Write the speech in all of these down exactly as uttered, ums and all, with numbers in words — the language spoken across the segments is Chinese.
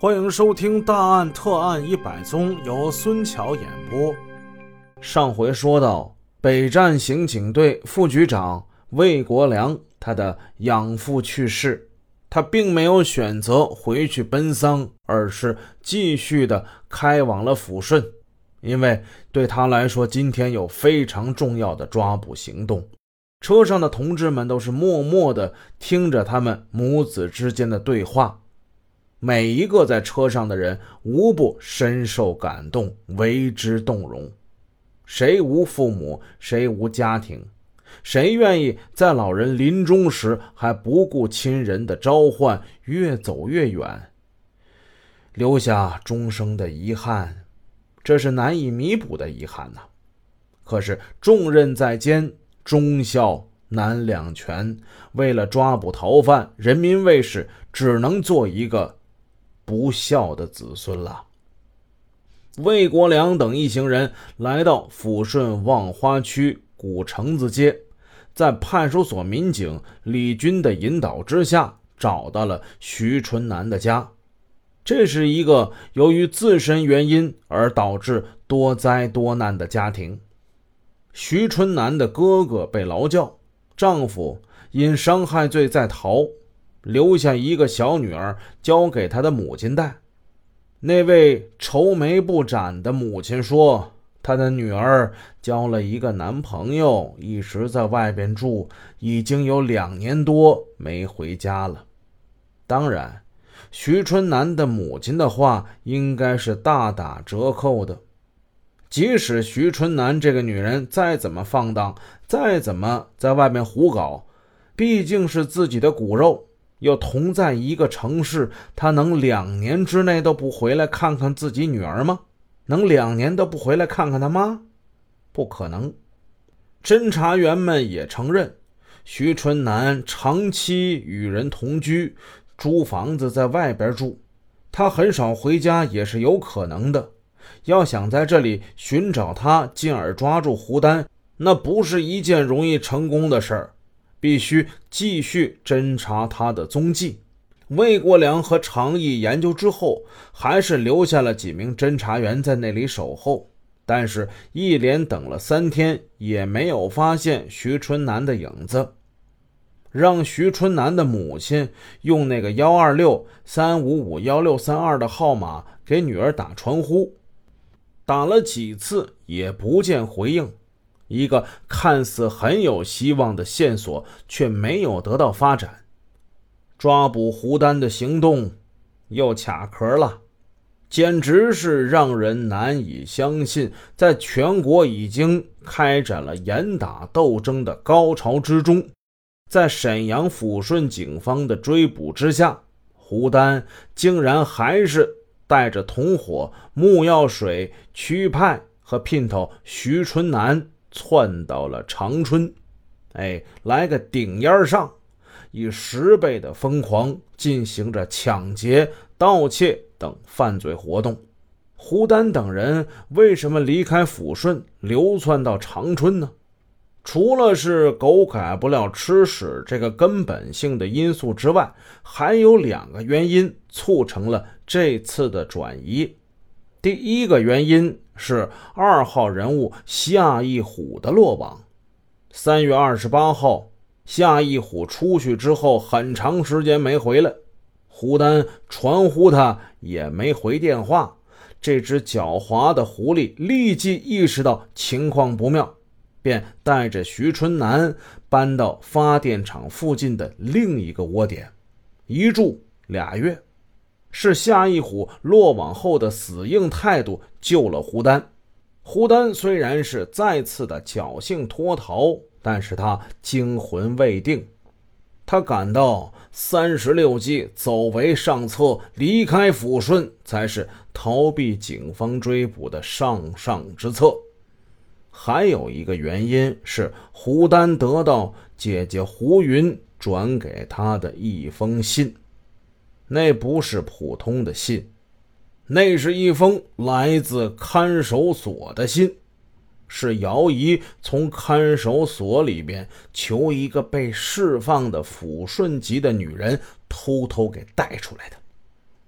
欢迎收听大案特案一百宗，由孙桥演播。上回说到，北站刑警队副局长魏国良，他的养父去世，他并没有选择回去奔丧，而是继续的开往了抚顺，因为对他来说，今天有非常重要的抓捕行动。车上的同志们都是默默的听着他们母子之间的对话，每一个在车上的人无不深受感动，为之动容。谁无父母，谁无家庭，谁愿意在老人临终时还不顾亲人的召唤，越走越远，留下终生的遗憾？这是难以弥补的遗憾呐、啊。可是重任在肩，忠孝难两全，为了抓捕逃犯，人民卫士只能做一个不孝的子孙了。魏国良等一行人来到抚顺望花区古城子街，在派出所民警李军的引导之下，找到了徐春南的家。这是一个由于自身原因而导致多灾多难的家庭。徐春南的哥哥被劳教，丈夫因伤害罪在逃，留下一个小女儿交给他的母亲带。那位愁眉不展的母亲说，她的女儿交了一个男朋友，一直在外边住，已经有两年多没回家了。当然，徐春南的母亲的话应该是大打折扣的。即使徐春南这个女人再怎么放荡，再怎么在外面胡搞，毕竟是自己的骨肉，又同在一个城市，他能两年之内都不回来看看自己女儿吗？能两年都不回来看看他妈？不可能。侦查员们也承认，徐春南长期与人同居，租房子在外边住，他很少回家也是有可能的。要想在这里寻找他，进而抓住胡丹，那不是一件容易成功的事儿，必须继续侦查他的踪迹。魏国良和常毅研究之后，还是留下了几名侦查员在那里守候，但是一连等了三天，也没有发现徐春南的影子。让徐春南的母亲用那个一二六三五五一六三二的号码给女儿打传呼，打了几次也不见回应，一个看似很有希望的线索却没有得到发展。抓捕胡丹的行动又卡壳了，简直是让人难以相信，在全国已经开展了严打斗争的高潮之中，在沈阳抚顺警方的追捕之下，胡丹竟然还是带着同伙穆耀水、屈派和姘头徐春南窜到了长春，哎，来个顶烟上，以十倍的疯狂进行着抢劫、盗窃等犯罪活动。胡丹等人为什么离开抚顺流窜到长春呢？除了是狗改不了吃屎这个根本性的因素之外，还有两个原因促成了这次的转移。第一个原因是二号人物夏义虎的落网。三月二十八号，夏义虎出去之后很长时间没回来，胡丹传呼他也没回电话。这只狡猾的狐狸立即意识到情况不妙，便带着徐春南搬到发电厂附近的另一个窝点，一住俩月。是夏义虎落网后的死硬态度救了胡丹。胡丹虽然是再次的侥幸脱逃，但是他惊魂未定，他感到三十六计走为上策，离开抚顺才是逃避警方追捕的上上之策。还有一个原因是胡丹得到姐姐胡云转给他的一封信，那不是普通的信，那是一封来自看守所的信，是姚姨从看守所里边求一个被释放的抚顺籍的女人偷偷给带出来的。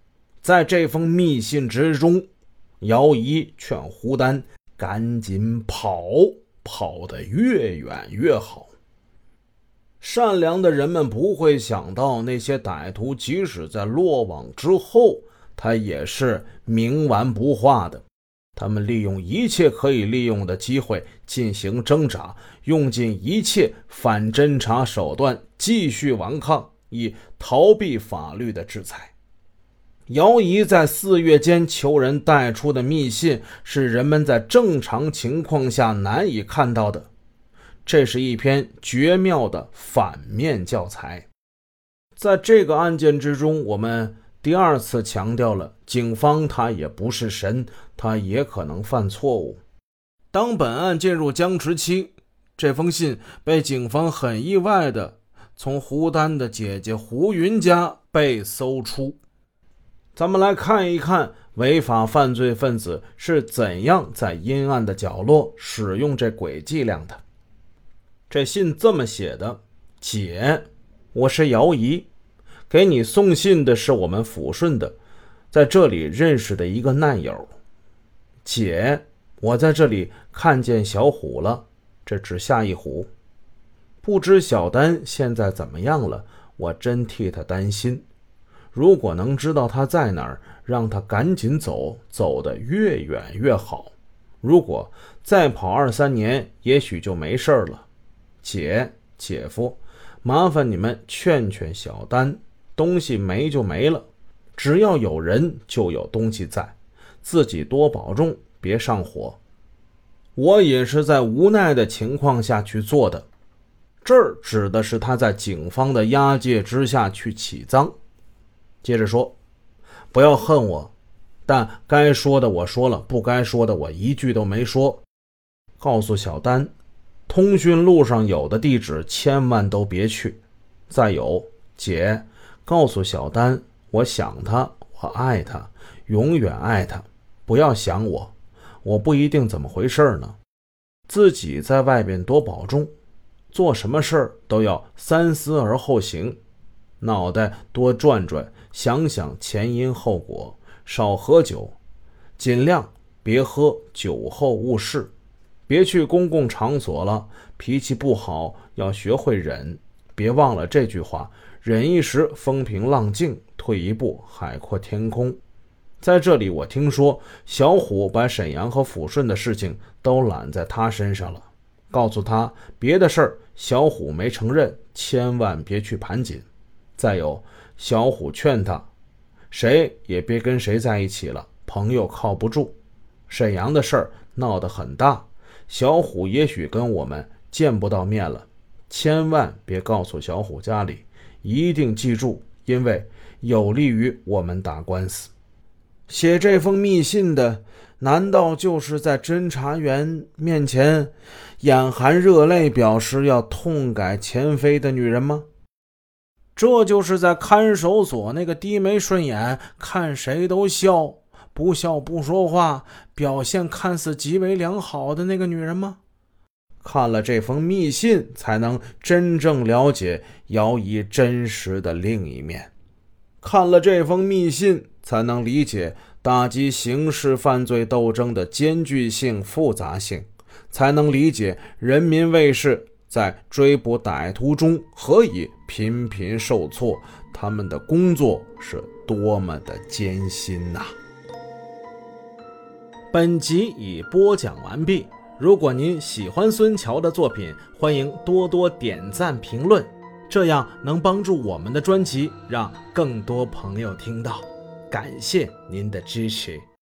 在这封密信之中，姚仪劝胡丹赶紧跑，跑得越远越好。善良的人们不会想到，那些歹徒即使在落网之后，他也是冥顽不化的。他们利用一切可以利用的机会进行挣扎，用尽一切反侦查手段继续顽抗，以逃避法律的制裁。姚仪在四月间求人带出的密信，是人们在正常情况下难以看到的。这是一篇绝妙的反面教材。在这个案件之中，我们第二次强调了警方他也不是神，他也可能犯错误。当本案进入僵持期，这封信被警方很意外的从胡丹的姐姐胡云家被搜出。咱们来看一看违法犯罪分子是怎样在阴暗的角落使用这鬼伎俩的。这信这么写的：姐，我是姚仪，给你送信的是我们抚顺的在这里认识的一个难友。姐，我在这里看见小虎了，这只下一虎。不知小丹现在怎么样了，我真替他担心。如果能知道他在哪儿，让他赶紧走，走得越远越好。如果再跑二三年，也许就没事了。姐，姐夫，麻烦你们劝劝小丹，东西没就没了，只要有人就有东西在，自己多保重，别上火。我也是在无奈的情况下去做的。这儿指的是他在警方的押解之下去起赃。接着说，不要恨我，但该说的我说了，不该说的我一句都没说。告诉小丹，通讯录上有的地址千万都别去。再有，姐，告诉小丹，我想他，我爱他，永远爱他，不要想我，我不一定怎么回事呢。自己在外边多保重，做什么事儿都要三思而后行，脑袋多转转，想想前因后果，少喝酒，尽量别喝酒后误事，别去公共场所了，脾气不好要学会忍，别忘了这句话，忍一时风平浪静，退一步海阔天空。在这里我听说小虎把沈阳和抚顺的事情都揽在他身上了，告诉他别的事儿小虎没承认，千万别去盘锦。再有，小虎劝他谁也别跟谁在一起了，朋友靠不住。沈阳的事儿闹得很大，小虎也许跟我们见不到面了，千万别告诉小虎家里，一定记住，因为有利于我们打官司。写这封密信的难道就是在侦查员面前眼含热泪表示要痛改前非的女人吗？这就是在看守所那个低眉顺眼，看谁都笑，不笑不说话，表现看似极为良好的那个女人吗？看了这封密信，才能真正了解姚仪真实的另一面。看了这封密信，才能理解打击刑事犯罪斗争的艰巨性、复杂性，才能理解人民卫士在追捕歹徒中何以频频受挫，他们的工作是多么的艰辛呐、啊！本集已播讲完毕。如果您喜欢孙桥的作品，欢迎多多点赞评论，这样能帮助我们的专辑让更多朋友听到。感谢您的支持。